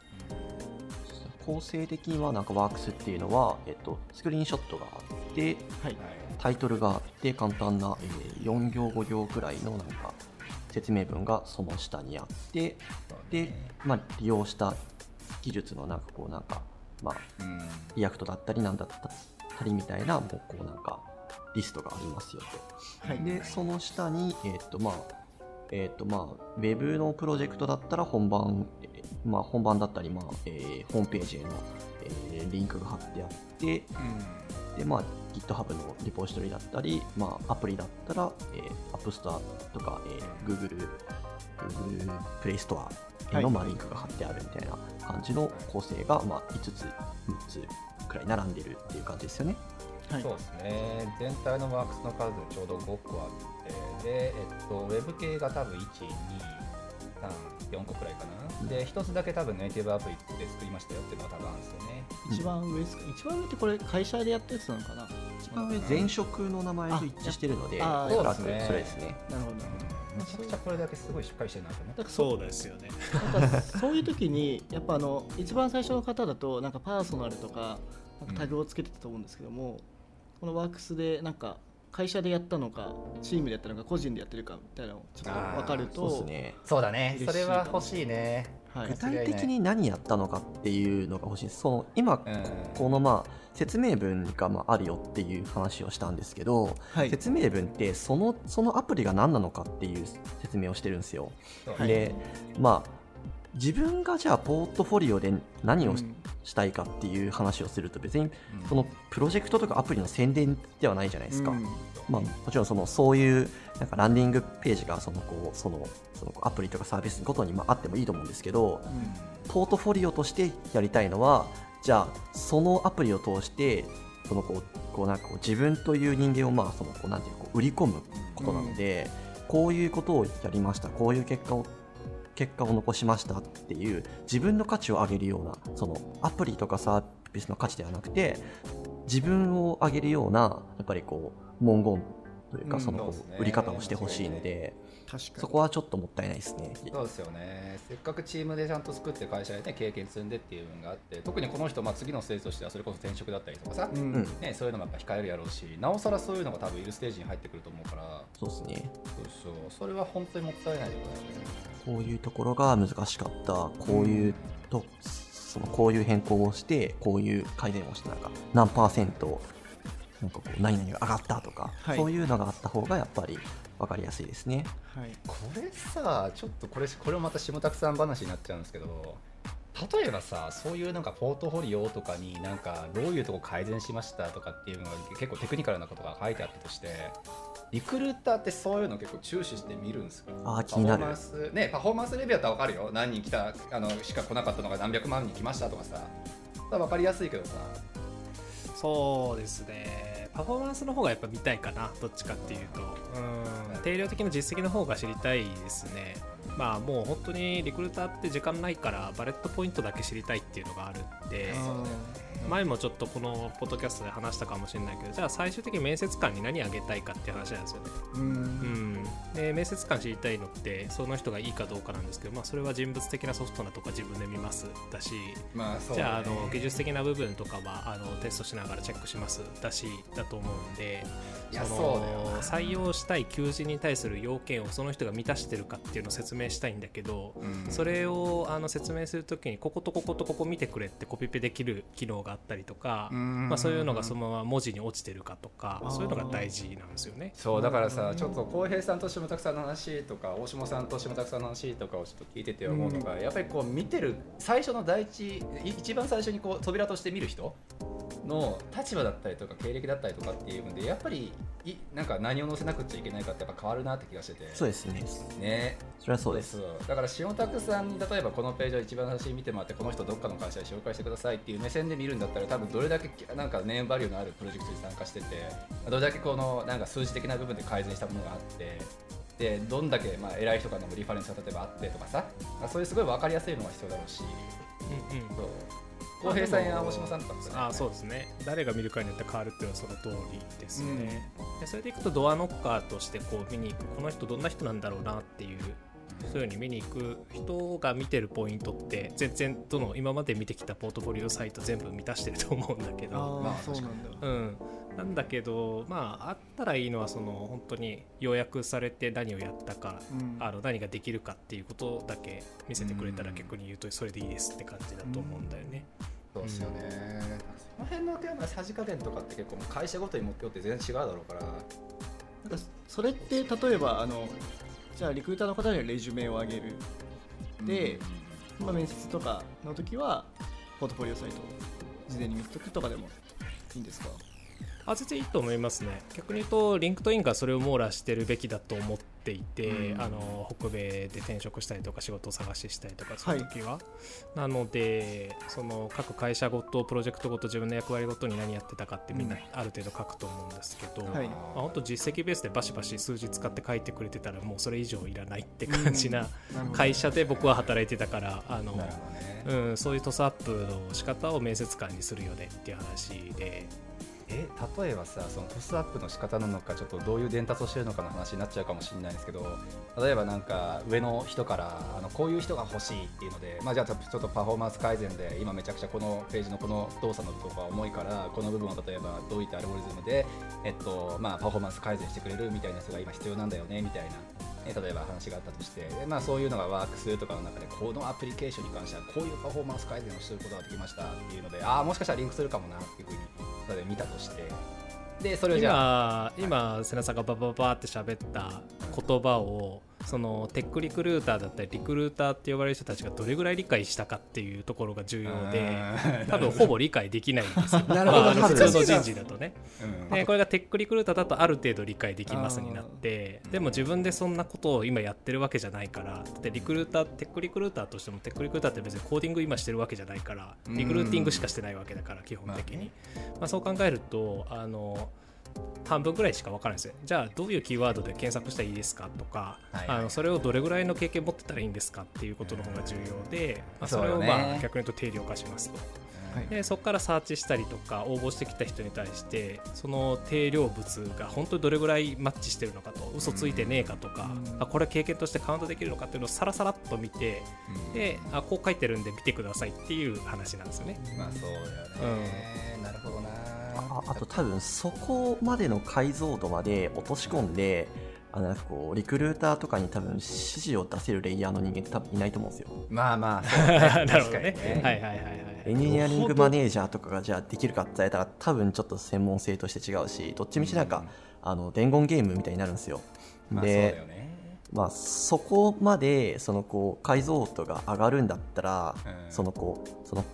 構成的にはなんかワークスっていうのは、えっと、スクリーンショットがあって、はい、タイトルがあって簡単な、えー、よん行ご行くらいのなんか説明文がその下にあって、で、まあ、利用した技術のなんかこうなんか、まあ、リアクトだったりなんだったりみたいなもうこうなんかリストがありますよと、はい、でその下に、えーとまあえーとまあ、ウェブのプロジェクトだったら本番、まあ、本番だったり、まあえー、ホームページへの、えー、リンクが貼ってあって、うん、でまあ、GitHub のリポジトリだったり、まあ、アプリだったら、えー、App Store とか、えー、Google, Google Play Store への、はい、まあ、リンクが貼ってあるみたいな感じの構成が、まあ、いつつみっつくらい並んでるっていう感じですよね。 はい、そうですね。全体のワークスの数ちょうどごこあって、で、えっと、ウェブ系が多分いち、に、さん、よんこくらいかな。で、ひとつだけ多分ネイティブアプリで作りましたよっていうのが多分あるんですよね。 一番上ですか。一番上ってこれ会社でやったやつなのかな。 一番上前職の名前と一致してるので、 ああ、そうですね。 それですね。 なるほどなるほど。 めちゃくちゃこれだけすごいしっかりしてるなと思って。 そうですよね。 なんかそういう時にやっぱあの一番最初の方だとなんかパーソナルとかなんかタグをつけてたと思うんですけども。うん、このワークスでなんか会社でやったのかチームでやったのか個人でやってるかみたいなのをちょっと分かると、 そうですね。そうだね。それは欲しいね。 はい、具体的に何やったのかっていうのが欲しいです。その今、うん、このまあ説明文がまああるよっていう話をしたんですけど、はい、説明文ってそのそのアプリが何なのかっていう説明をしてるんですよ。はい、で、まあ自分がじゃあポートフォリオで何をしたいかっていう話をすると別にそのプロジェクトとかアプリの宣伝ではないじゃないですか。うん、まあ、もちろんそのそういうなんかランディングページがそのこうそのそのアプリとかサービスごとにまああってもいいと思うんですけど、うん、ポートフォリオとしてやりたいのはじゃあそのアプリを通してそのこうこうなんかこう自分という人間をまあそのこうなんていうこう売り込むことなので、うん、こういうことをやりました、こういう結果を結果を残しましたっていう自分の価値を上げるようなそのアプリとかサービスの価値ではなくて自分を上げるようなやっぱりこう文言というかそのこう売り方をしてほしいので、そこはちょっともったいないですね。 そうですよね。せっかくチームでちゃんと作って会社で、ね、経験積んでっていうのがあって、特にこの人、まあ、次のステージとしてはそれこそ転職だったりとかさ、うんね、そういうのもやっぱ控えるやろうし、なおさらそういうのが多分いるステージに入ってくると思うから、 そうですね。 そうそう、それは本当にもったいないところだよね。 こういうところが難しかった、こういうと、うん、そのこういう変更をしてこういう改善をしてなんか何パーセントなんかこう何々が上がったとか、はい、そういうのがあった方がやっぱり分かりやすいですね。 はい、これさ、ちょっとこれこれもまた下たくさん話になっちゃうんですけど、例えばさ、そういうなんかポートフォリオとかになんかどういうとこ改善しましたとかっていうのが結構テクニカルなことが書いてあったとして、 リクルーターってそういうの結構注視して見るんですか？ あ、気になる。 パフォーマンス、ね、パフォーマンスレビューだったら分かるよ。何人来たあのしか来なかったのが何百万人来ましたとかさ、分かりやすいけどさ。 そうですね、パフォーマンスの方がやっぱ見たいかな、どっちかっていうと。うん、定量的な実績の方が知りたいですね。まあもう本当にリクルーターって時間ないからバレットポイントだけ知りたいっていうのがあるんで、前もちょっとこのポッドキャストで話したかもしれないけど、じゃあ最終的に面接官に何あげたいかっていう話なんですよね。うん、うん、で面接官知りたいのってその人がいいかどうかなんですけど、まあ、それは人物的なソフトなとか自分で見ますだし、 まあそうね、 じゃあ、あの技術的な部分とかはあのテストしながらチェックしますだしだと思うんで、 いやその採用したい求人に対する要件をその人が満たしてるかっていうのを説明したいんだけど、うん、それをあの説明するときにこことこことここ見てくれってコピペできる機能があったりとか、まあ、そういうのがそのまま文字に落ちてるかとか、そういうのが大事なんですよね。 そうだからさ、ちょっと浩平さんと下拓さんの話とか大下さんと下拓さんの話とかをちょっと聞いてて思うのが、うん、やっぱりこう見てる最初の第一一番最初にこう扉として見る人の立場だったりとか経歴だったりとかっていうので、やっぱりいなんか何を載せなくちゃいけないかってやっぱ変わるなって気がしてて。 そうですね。 ね、 それはそうです。 そうだから下拓さんに例えばこのページを一番最初に見てもらって、この人どっかの会社で紹介してくださいっていう目線で見るんだったら、多分どれだけなんかネームバリューのあるプロジェクトに参加してて、どれだけこのなんか数字的な部分で改善したものがあって、でどんだけまあ偉い人からのリファレンスが例えばあってとかさ、そういうすごい分かりやすいのが必要だろうし、うんうん、そう浩平さんや大島さんとかも、ね、 あそうですね、誰が見るかによって変わるっていうのはその通りですね、うん、でそれでいくとドアノッカーとしてこう見に行く、この人どんな人なんだろうなっていう、そういう風に見に行く人が見てるポイントって全然どの今まで見てきたポートフォリオサイト全部満たしてると思うんだけど、 あ、まあ、そうなんだ、 うん、なんだけど、まああったらいいのはその本当に要約されて何をやったか、うん、あの何ができるかっていうことだけ見せてくれたら逆に言うとそれでいいですって感じだと思うんだよね。 うん、そうですよね、うん、その辺のテーマのさじ加減とかって結構会社ごとに目標って全然違うだろうから、 なんかそれって例えばあのじゃあリクルーターの方にはレジュメを上げるで、うん、まあ、面接とかの時はポートフォリオサイトを事前に見ておくとかでもいいんですか？ あ、全然いいと思いますね。逆に言うとリンクトインがそれを網羅してるべきだと思っていて、うん、あの北米で転職したりとか仕事を探ししたりとかそういう時は、はい、なのでその各会社ごとプロジェクトごと自分の役割ごとに何やってたかってみんなある程度書くと思うんですけど、うん、はい、まあ、本当実績ベースでバシバシ数字使って書いてくれてたらもうそれ以上いらないって感じな会社で僕は働いてたから、あの、うん、そういうトスアップの仕方を面接官にするよねっていう話で、 え例えばさ、そのトスアップの仕方なのか、ちょっとどういう伝達をしてるのかの話になっちゃうかもしれないんですけど、例えばなんか上の人からあのこういう人が欲しいっていうので、まあ、じゃあちょっとパフォーマンス改善で今めちゃくちゃこのページのこの動作のとこが重いから、この部分を例えばどういったアルゴリズムで、えっとまあ、パフォーマンス改善してくれるみたいな人が今必要なんだよねみたいな、例えば話があったとして、まあ、そういうのがワークスとかの中でこのアプリケーションに関してはこういうパフォーマンス改善をすることができましたっていうので、ああもしかしたらリンクするかもなっていうふうに例えば見たとして、でそれをじゃあ今今瀬名さんがバババーって喋った言葉をそのテックリクルーターだったりリクルーターって呼ばれる人たちがどれぐらい理解したかっていうところが重要で、多分ほぼ理解できないんですよまあ、普通の人事だとね、うん、でこれがテックリクルーターだとある程度理解できますになって、でも自分でそんなことを今やってるわけじゃないから、だってリクルーターテックリクルーターとしてもテックリクルーターって別にコーディング今してるわけじゃないから、リクルーティングしかしてないわけだから基本的に、まあ、そう考えるとあの半分ぐらいしか分からないですよ。じゃあどういうキーワードで検索したらいいですかとか、はいはい、あのそれをどれぐらいの経験持ってたらいいんですかっていうことの方が重要で、まあ、それをまあ逆に言うと定量化しますと、はい、でそこからサーチしたりとか応募してきた人に対してその定量物が本当にどれぐらいマッチしてるのかと、嘘ついてねえかとか、あこれ経験としてカウントできるのかっていうのをさらさらっと見て、であこう書いてるんで見てくださいっていう話なんですよね。 まあそうだよね、うん、なるほどな。 あ, あと多分そこまでの解像度まで落とし込んで、あのなんかこうリクルーターとかに多分指示を出せるレイヤーの人間って多分いないと思うんですよ。 まあまあそう、ね、 なるほどね。はいはいはいはい。 エンジニアリングマネージャーとかがじゃあできるかって言われたら多分ちょっと専門性として違うし、どっちみちなんか、うん、あの伝言ゲームみたいになるんですよ。 まあ、 で、 そうだよね。 まあ、そこまでそのこう解像度が上がるんだったら、うん、そのこうその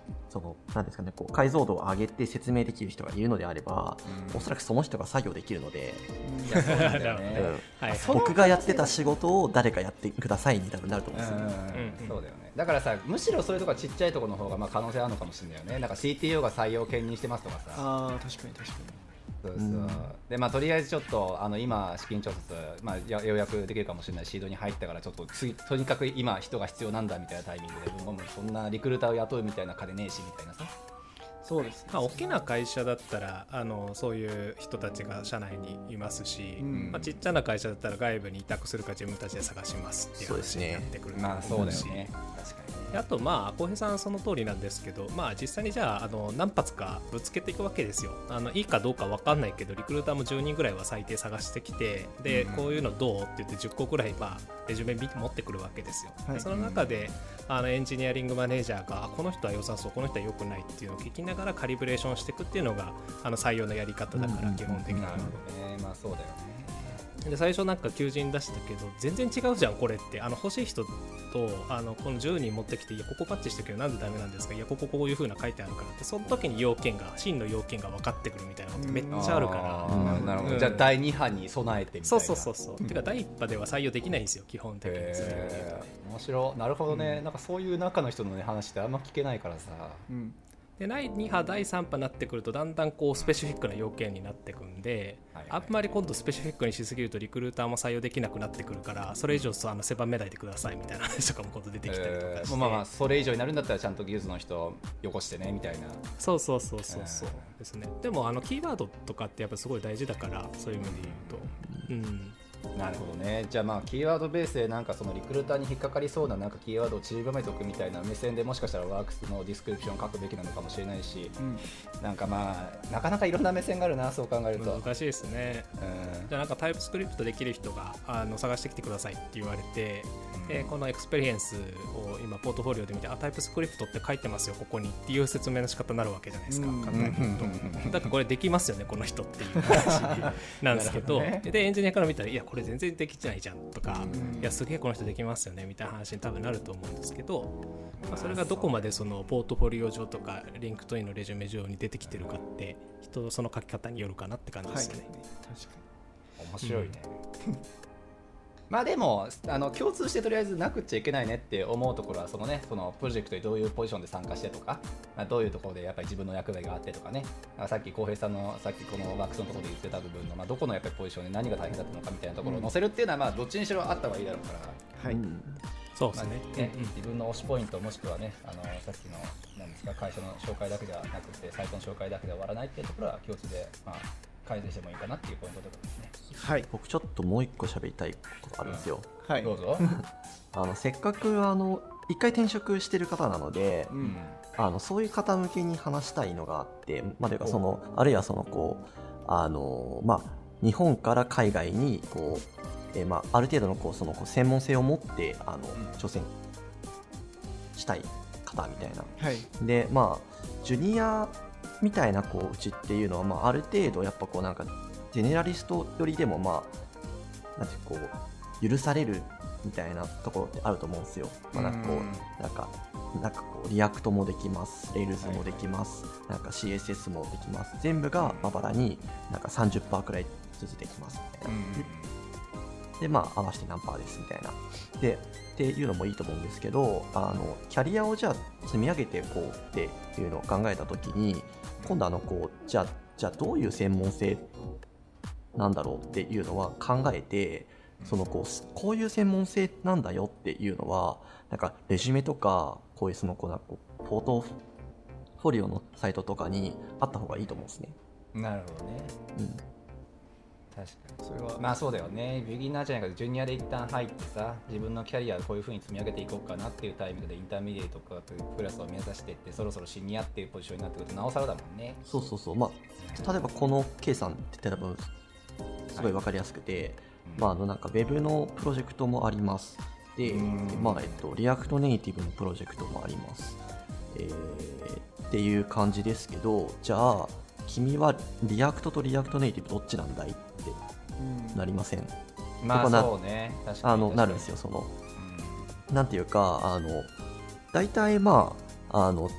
そのなんですかね、こう解像度を上げて説明できる人がいるのであれば、うん、おそらくその人が作業できるので、いやそうなんだよね、うんはい、僕がやってた仕事を誰かやってくださいに多分なると思うんですよ、うんうんうん、そうだよね。だからさ、むしろそういうところちっちゃいところの方がまあ可能性あるのかもしれないよね。なんか シーティーオー が採用を兼任してますとかさ。 ああ、確かに確かに。 そうそう、うん、でまあ、とりあえずちょっとあの今資金調達、まあ、やようやくできるかもしれないシードに入ったからちょっとつとにかく今人が必要なんだみたいなタイミングでもうそんなリクルーターを雇うみたいな金ねえしみたいなさ。 そうです、 まあ、大きな会社だったらあのそういう人たちが社内にいますし、うんまあ、ちっちゃな会社だったら外部に委託するか自分たちで探しますっていう話になってくると思うし、 そうですね、まあそうだよね、確かに。 あとまあ浩平さんその通りなんですけど、まあ、実際にじゃあ、あの何発かぶつけていくわけですよ。あのいいかどうか分かんないけどリクルーターもじゅうにんぐらいは最低探してきて、で、うん、こういうのどうって言ってじゅっこぐらい、まあ、レジュメ持ってくるわけですよ、はい、でその中であのエンジニアリングマネージャーがこの人は良さそう、この人は良くないっていうのを聞きながらカリブレーションしていくっていうのがあの採用のやり方だから、基本的には、うんうん、なるほどね、まあそうだよね。 で最初なんか求人出したけど全然違うじゃんこれって、あの欲しい人とあのこのじゅうにん持ってきて、いやここパッチしてるけどなんでダメなんですか、いやこここういう風な書いてあるからって、その時に要件が真の要件が分かってくるみたいなことめっちゃあるから、 うん、なるほど、うん、じゃあだいに波に備えてみたいな。 そうそうそうそう、うん、てかだいいち波では採用できないんですよ基本的に。 面白い、なるほどね、うん、なんかそういう中の人の、ね、話ってあんま聞けないからさ、 うんでだいに波だいさん波になってくるとだんだんこうスペシフィックな要件になってくんで、はいはいはい、あんまり今度スペシフィックにしすぎるとリクルーターも採用できなくなってくるから、それ以上あの狭めないでくださいみたいな話とかも今度出てきたりとかして、えー、 まあまあそれ以上になるんだったらちゃんと技術の人よこしてねみたいな。 そうそうそうそうそう、えー、ですね。でもあのキーワードとかってやっぱすごい大事だから、そういう意味で言うと、うんなるほどね。じゃあまあキーワードベースでなんかそのリクルーターに引っかかりそうななんかキーワードを散りばめておくみたいな目線でもしかしたらワークスのディスクリプションを書くべきなのかもしれないし、うん、なんかまあなかなかいろんな目線があるな、そう考えると難しいですね、うん、じゃあなんかタイプスクリプトできる人があの探してきてくださいって言われて、うん、でこのエクスペリエンスを今ポートフォリオで見て、あタイプスクリプトって書いてますよここにっていう説明の仕方になるわけじゃないですか、うん、考えるとだからこれできますよねこの人っていう話なんですけどね、でエンジニアから見たらいやこれ全然できちゃないじゃんとか、いやすげえこの人できますよねみたいな話に多分なると思うんですけど、まあ、それがどこまでそのポートフォリオ上とかリンクトインのレジュメ上に出てきてるかって人のその書き方によるかなって感じですよね、はい、 確かに面白いね、うんまあでもあの共通してとりあえずなくっちゃいけないねって思うところはそのね、そのプロジェクトにどういうポジションで参加してとか、まあ、どういうところでやっぱり自分の役割があってとかね、さっき浩平さんのさっきこのワークスのところで言ってた部分の、まあ、どこのやっぱりポジションで何が大変だったのかみたいなところを載せるっていうのはまあどっちにしろあった方がいいだろうから、はい、うん、 そうですね、 まあね、うんうん、自分の推しポイントもしくはね、あのさっきの何ですか会社の紹介だけではなくてサイトの紹介だけで終わらないっていうところは共通で、まあ、改善してもいいかなっていうポイントとかですね。 はい、僕ちょっともう一個喋りたいことがあるんですよ、 うん、はい、どうぞあのせっかくあの一回転職してる方なので、うん、あのそういう方向けに話したいのがあって、まあ、というかそのあるいはそのこうあの、まあ、日本から海外にこう、えーまあ、ある程度のこうそのこう専門性を持ってあの、うん、挑戦したい方みたいな、はい、でまあジュニアみたいなこううちっていうのは、まあ、ある程度やっぱこうなんかジェネラリストよりでもまあなんてこう許されるみたいなところってあると思うんですよ。まあ、なんかこうなんかなんかこうリアクトもできます、レールズもできます、はいはい、なんか シーエスエス もできます。全部がまばらになんか さんじゅっパーセント くらいずつできますみたいな。でまあ合わせて何パーですみたいな。でっていうのもいいと思うんですけど、あのキャリアをじゃあ積み上げていこうっていうのを考えたときに、今度あのこうじゃあじゃあどういう専門性なんだろうっていうのは考えて、そのこうこういう専門性なんだよっていうのはなんかレジュメとかこういうそのこうなんかポートフォリオのサイトとかにあった方がいいと思うんですね。 なるほどね。うん。確かにそれはまあそうだよね。ビギナーじゃないからジュニアで一旦入ってさ、自分のキャリアをこういう風に積み上げていこうかなっていうタイミングでインターミディエイトとかクラスを目指していって、そろそろシニアっていうポジションになってくるとなおさらだもんね。 そうそうそう。まあ例えばこの K さんって多分すごい分かりやすくて、はい、まああのなんか Web のプロジェクトもあります。で、まあえっとリアクトネイティブのプロジェクトもあります。えー、っていう感じですけど、じゃあ君はリアクトとリアクトネイティブどっちなんだいってなりません？ うん、まあそうね、確かにあのなるんですよ。その、うん、なんていうかあの大体まああの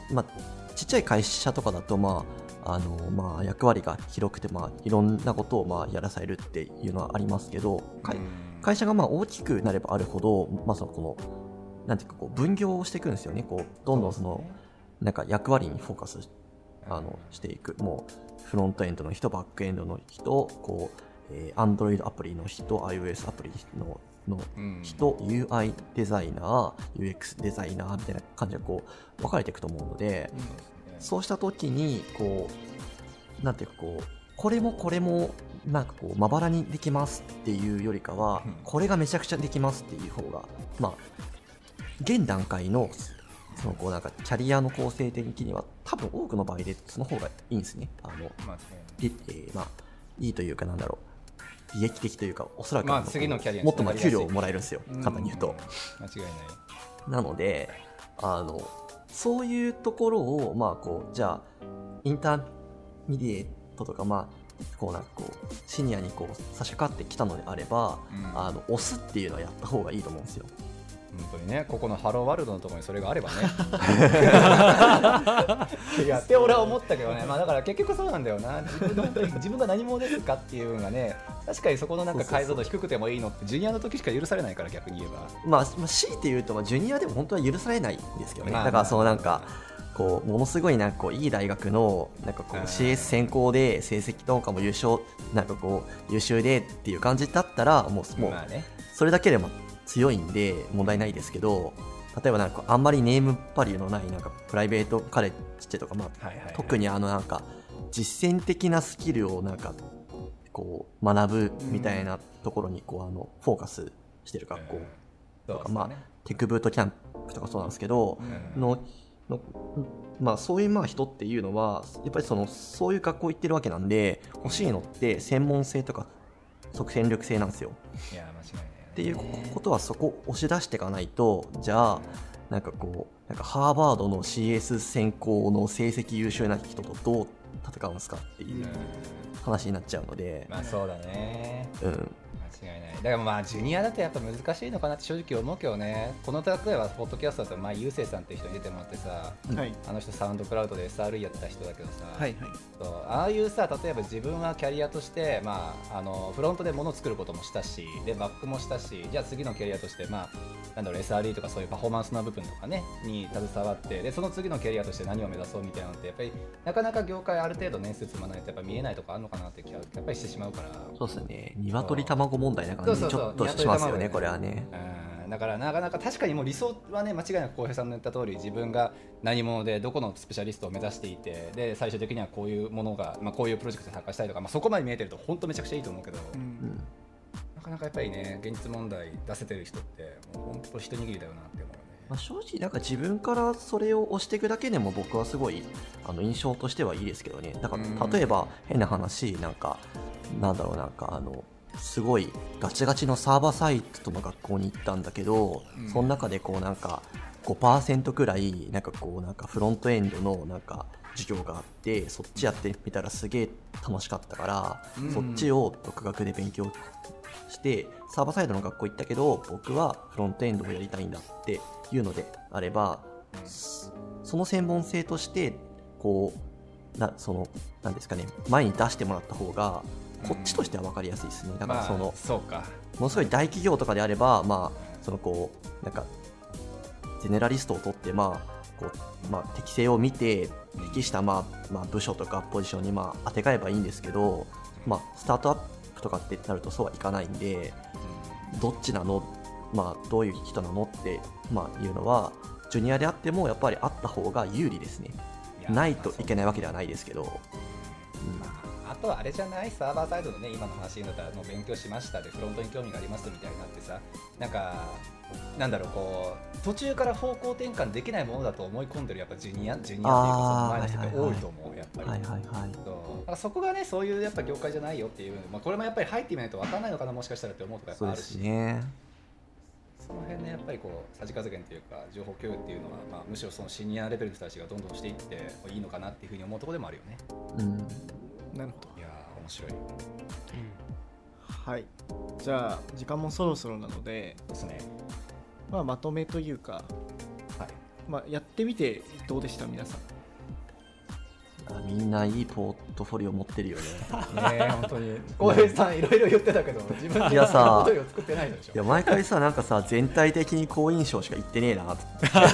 まあ、ちっちゃい会社とかだと、まああのまあ、役割が広くて、まあ、いろんなことをまあやらされるっていうのはありますけど、会社がまあ大きくなればあるほど、まあ、そのこのなんていうかこう分業をしていくんですよね。こうどんどんそのなんか役割にフォーカスあのしていく。もうフロントエンドの人、バックエンドの人、こう、えー、Android アプリの人、iOS アプリのの人、うん、ユーアイ デザイナー、ユーエックス デザイナーみたいな感じでこう分かれていくと思うので、うん、そうした時にこうなんていうかこうこれもこれもなんかこうまばらにできますっていうよりかは、うん、これがめちゃくちゃできますっていう方が、まあ現段階のそのこうなんかキャリアの構成的には多分多くの場合でその方がいいんですね。あの、まあえー、まあいいというかなんだろう。利益的というか、おそらく、まあ、次のキャリアもっとまあ給料をもらえるんですよ、簡単に言うと。 間違いない。 なので、あのそういうところを、まあ、こうじゃあインターミディエートとか、まあ、こうなんかこうシニアにこう差し掛かってきたのであれば、うん、あの押すっていうのはやった方がいいと思うんですよ。 本当にね、ここのハローワールドのところにそれがあればねいやって俺は思ったけどね、まあ、だから結局そうなんだよな。自分の自分が何者ですかっていうのがね、確かにそこのなんか解像度低くてもいいのってジュニアの時しか許されないから、逆に言えば、 まあ、まあ、強いて言うと、まあ、ジュニアでも本当は許されないんですけどね、まあ、だからそのなんかこうものすごいなんかこういい大学のなんかこう シーエス 専攻で成績とかも優勝なんかこう優秀でっていう感じだったらもう、もうそれだけでも強いんで問題ないですけど、例えばなんかあんまりネームバリューのないなんかプライベートカレッジとか、まあはいはいはい、特にあのなんか実践的なスキルをなんかこう学ぶみたいなところにこうあのフォーカスしてる学校とか、まあテクブートキャンプとかそうなんですけど、ののまあそういうまあ人っていうのはやっぱりそのそういう学校行ってるわけなんで、欲しいのって専門性とか即戦力性なんですよ。 いや間違いない。 っていうことはそこを押し出していかないと、じゃあなんかこうなんかハーバードの シーエス 専攻の成績優秀な人とどう戦うんですかっていう話になっちゃうので、 まあそうだね、 うん、 間違いない。だからまあジュニアだとやっぱ難しいのかなって正直思うけどね。この例えばポッドキャストだと前ゆうせいさんって人に出てもらってさ、はい、あの人サウンドクラウドで エスアールイー やった人だけどさ、はいはい、そうああいうさ、例えば自分はキャリアとして、まあ、あのフロントで物を作ることもしたし、でバックもしたし、じゃあ次のキャリアとして、まあ、なんだろう エスアールイー とかそういうパフォーマンスの部分とかねに携わって、でその次のキャリアとして何を目指そうみたいなのってやっぱりなかなか業界ある程度年数積まないとやっぱ見えないとこあるのかなって気はやっぱりしてしまうから。 そうですね、鶏卵問題な感じでちょっとしますよね、これはね。 うん、だからなかなか確かにもう理想はね、間違いなく浩平さんの言った通り、自分が何者でどこのスペシャリストを目指していて、で最終的にはこういうものが、まあ、こういうプロジェクトに参加したいとか、まあ、そこまで見えてると本当めちゃくちゃいいと思うけど、うん、なかなかやっぱりね現実問題出せてる人ってもう本当一握りだよなって思うね。 まあ、正直なんか自分からそれを押していくだけでも僕はすごいあの印象としてはいいですけどね。だから例えば変な話、なんかなんだろう、なんかあのすごいガチガチのサーバーサイトの学校に行ったんだけど、うん、その中でこうなんか ごパーセント くらいなんかこうなんかフロントエンドのなんか授業があって、そっちやってみたらすげえ楽しかったから、うん、そっちを独学で勉強してサーバーサイドの学校行ったけど僕はフロントエンドをやりたいんだっていうのであれば、その専門性としてこうなそのなんですかね、前に出してもらった方がこっちとしては分かりやすいですね。だからその、まあ、そうか、ものすごい大企業とかであれば、まあそのこうなんかゼネラリストを取って、まあこうまあ適性を見て適したまあまあ部署とかポジションにまあ当てがえばいいんですけど、まあスタートアップとかってなるとそうはいかないんで、どっちなの、まあどういう人なのってまあいうのはジュニアであってもやっぱりあった方が有利ですね。ないといけないわけではないですけど。うん、 あとはあれじゃない、サーバーサイドのね今の話だったらもう勉強しましたでフロントに興味がありますみたいになってさ、なんかなんだろう、こう途中から方向転換できないものだと思い込んでるやっぱジュニアジュニアっていうかその前の人って多いと思う、やっぱり、はいはいはい、そうだからそこがねそういうやっぱ業界じゃないよっていう、まあ、これもやっぱり入ってみないと分かんないのかなもしかしたらって思うとかやっぱあるし、 そうですね、 その辺ねやっぱりこうさじ加減というか情報共有っていうのは、まあ、むしろそのシニアレベルの人たちがどんどんしていっていいのかなっていうふうに思うところでもあるよね。 うん、なるほど。 いや面白い、うん、 はい、じゃあ時間もそろそろなのでですね、 まあ、まとめというか、 はい、 まあ、やってみてどうでした皆さん？ みんないいポートフォリオ持ってるよね。 ね本当に浩平さんいろいろ言ってたけど自分でポートフォリオ作ってないのでしょ。 いや毎回さなんかさ全体的に好印象しか言ってねえなって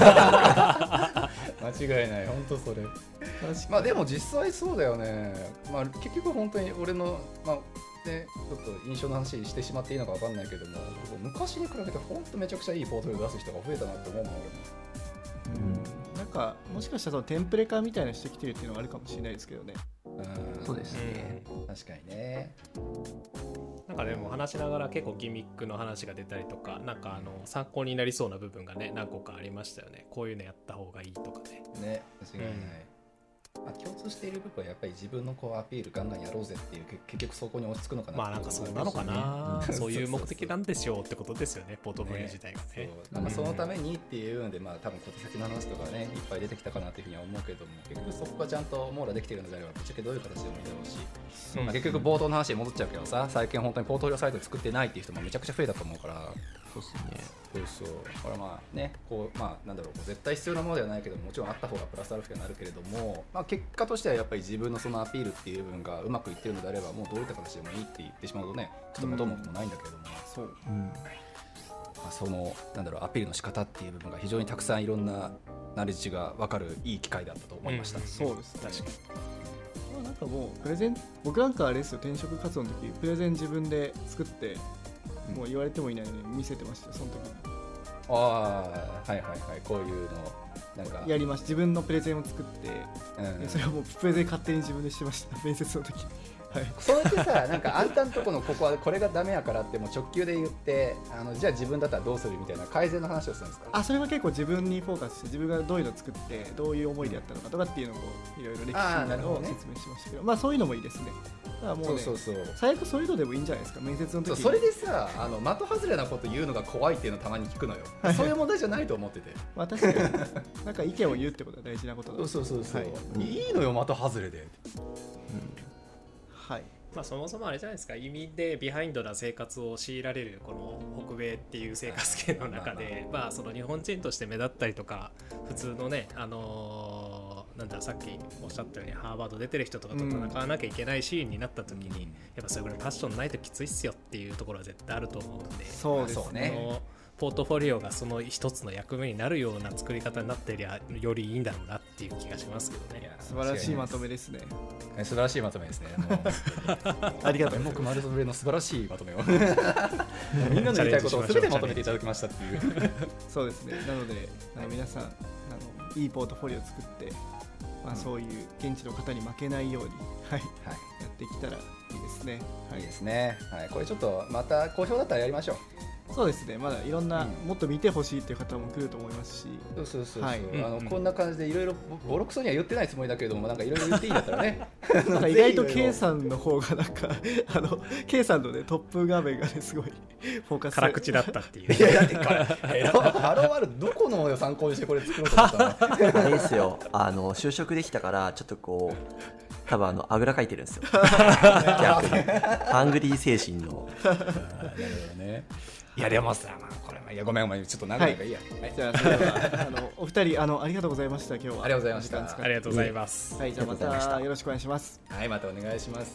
間違いない本当それ。まあでも実際そうだよね。まあ結局本当に俺のまあねちょっと印象の話してしまっていいのかわかんないけども、昔に比べて本当めちゃくちゃいいポートフォリオ出す人が増えたなって思うもん俺も。 うん、なんかもしかしたらそのテンプレ化みたいなのしてきてるっていうのはあるかもしれないですけどね。 うんそうですね、 うん、確かにね。 なんかでも話しながら結構ギミックの話が出たりとか、なんかあの参考になりそうな部分がね何個かありましたよね。こういうのやった方がいいとかね。 ね間違いない、うんまあ、共通している部分はやっぱり自分のこうアピールガンガンやろうぜっていう結局そこに落ち着くのかな。 まあなんかそうなのかな、うん、そういう目的なんでしょうってことですよねポートフォリオ自体がね。 ねそうなんかそのためにっていうので、まあ多分小手先の話とかねいっぱい出てきたかなというふうには思うけども、結局そこがちゃんと網羅できているのであればぶっちゃけどういう形でもいいだろうし、うんまあ、結局冒頭の話に戻っちゃうけどさ、最近本当にポートフォリオサイト作ってないっていう人もめちゃくちゃ増えたと思うから。 そうですね。 そうそう。だからまあね、こうまあなんだろう、絶対必要なものではないけども、もちろんあった方がプラスアルファになるけれども、まあ結果としてはやっぱり自分のそのアピールっていう部分がうまくいってるのであれば、もうどういった形でもいいって言ってしまうとね、ちょっと元も子もないんだけれども、うん、そう。うんまあ、そのなんだろうアピールの仕方っていう部分が非常にたくさんいろんなナレッジが分かるいい機会だったと思いました。 うん、そうですね。確かに。まあ、なんかもうプレゼン、僕なんかあれですよ、転職活動の時プレゼン自分で作って。もう言われてもいないのに見せてましたよその時に。 ああはいはいはいこういうのなんかやりました。自分のプレゼンを作って、うん、それをもうプレゼン勝手に自分でしてました面接の時に。はい、 そうやってさなんかあんたんとこのここはこれがダメやからってもう直球で言ってあのじゃあ自分だったらどうするみたいな改善の話をするんですか？ あそれは結構自分にフォーカスして自分がどういうのを作ってどういう思いでやったのかとかっていうのをいろいろ歴史なのを説明しましたけど、まあそういうのもいいですね。だからもうねそうそうそう最悪そういうのでもいいんじゃないですか面接の時に。 それでさあの的外れなこと言うのが怖いっていうのたまに聞くのよ、はい、そういう問題じゃないと思っててまあ確かになんか意見を言うってことは大事なことだ。 そうそうそう、はい、いいのよ的外れで、うん、 はいまあ、そもそもあれじゃないですか意味でビハインドな生活を強いられるこの北米っていう生活圏の中でまあその日本人として目立ったりとか普通のねあのー、なんださっきおっしゃったようにハーバード出てる人とかと戦わなきゃいけないシーンになった時に、うん、やっぱそれぐらいパッションないときついっすよっていうところは絶対あると思うんで。 そうですね。 ポートフォリオがその一つの役目になるような作り方になっていりゃよりいいんだろうなっていう気がしますけどね。 素晴らしいまとめですね。 素晴らしいまとめですね。もうありがとう。 僕丸袖の素晴らしいまとめをみんなの言いたいことを全てまとめていただきましたっていうそうですね。なのであの皆さんあのいいポートフォリオを作って、まあ、そういう現地の方に負けないように、はいはい、やっていけたらいいですね。 はい、いいですね。はい、これちょっとまた好評だったらやりましょう。 そうですね。まだいろんな、うん、もっと見てほしいっていう方も来ると思いますし、 そうそうそうそう、はい、あの、うん、こんな感じでいろいろボロクソには言ってないつもりだけどもなんかいろいろ言っていいんだったらねなんか意外と K さんの方がなんかあの K さんのねトップ画面がねすごいフォーカス辛口だったっていういやだってハローワールドどこのを参考にしてこれ作ろうと思ったのあれですよあの就職できたからちょっとこう多分あのあぐらかいてるんですよ逆にハングリー精神のなるほどね。いやでもさ、まあ、これいやごめんごめんちょっと長いからいいや、 はいはい、じゃあそれではあのお二人あのありがとうございました今日はありがとうございましたありがとうございます、 はい、じゃあまたよろしくお願いします。 はいまたお願いします。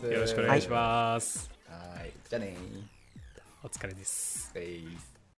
よろしくお願いします。 はい、はいじゃあねお疲れです。 お疲れです。